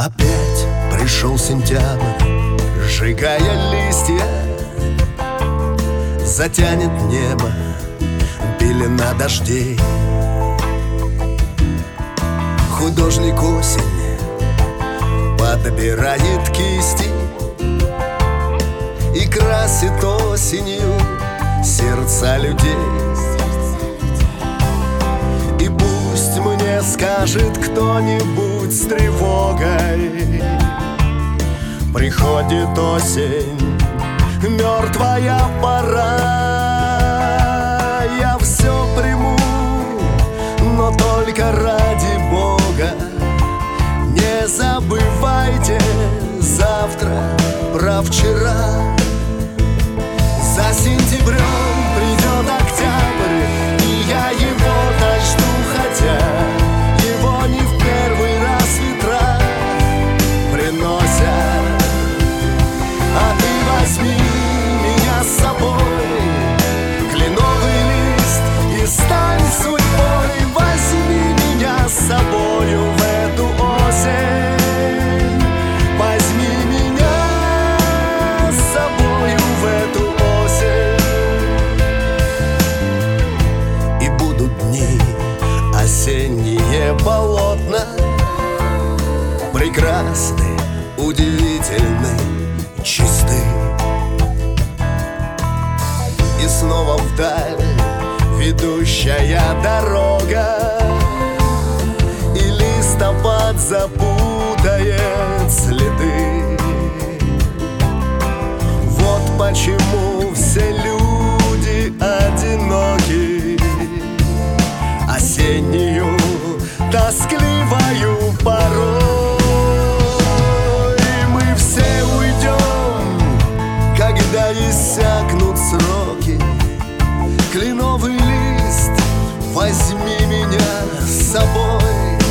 Опять пришел сентябрь, сжигая листья, затянет небо пелена дождей. Художник осень подбирает кисти и красит осенью сердца людей. И пусть мне скажет кто-нибудь с тревогой: приходит осень, мертвая пора. Я все приму, но только ради Бога не забывайте завтра про вчера. За сентябрем придет октябрь, и я его дожду, хотя его не в первый раз ветра приносят. А ты возьми меня с собой, кленовый лист, и стань судьбой. Возьми меня с собою в эту осень. Возьми меня с собою в эту осень. И будут дни осенние полотна, прекрасны, удивительны, чисты. И снова вдаль ведущая дорога, и листопад запутает следы. Вот почему все люди одиноки осеннюю тоскливою порой. Мы все уйдем, когда иссякнут сроки. Кленовый лист, возьми меня с собой.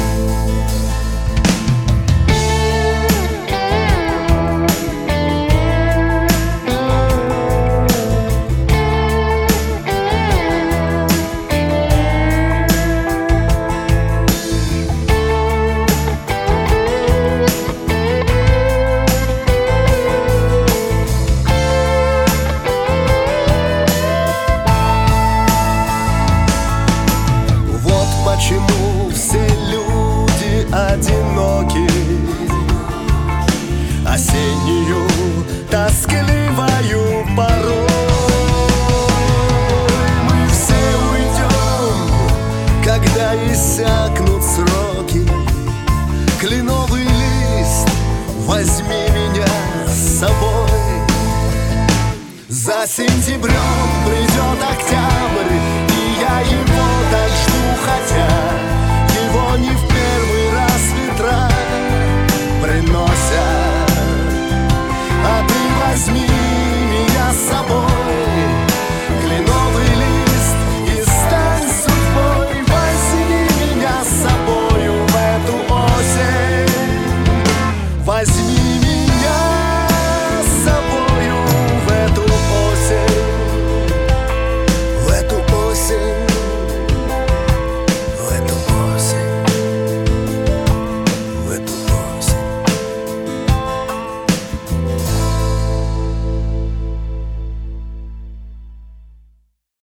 Почему все люди одиноки осеннюю тоскливою порой? Мы все уйдем, когда иссякнут сроки. Кленовый лист, возьми меня с собой. За сентябрем придет октябрь, и я его дожду, хотя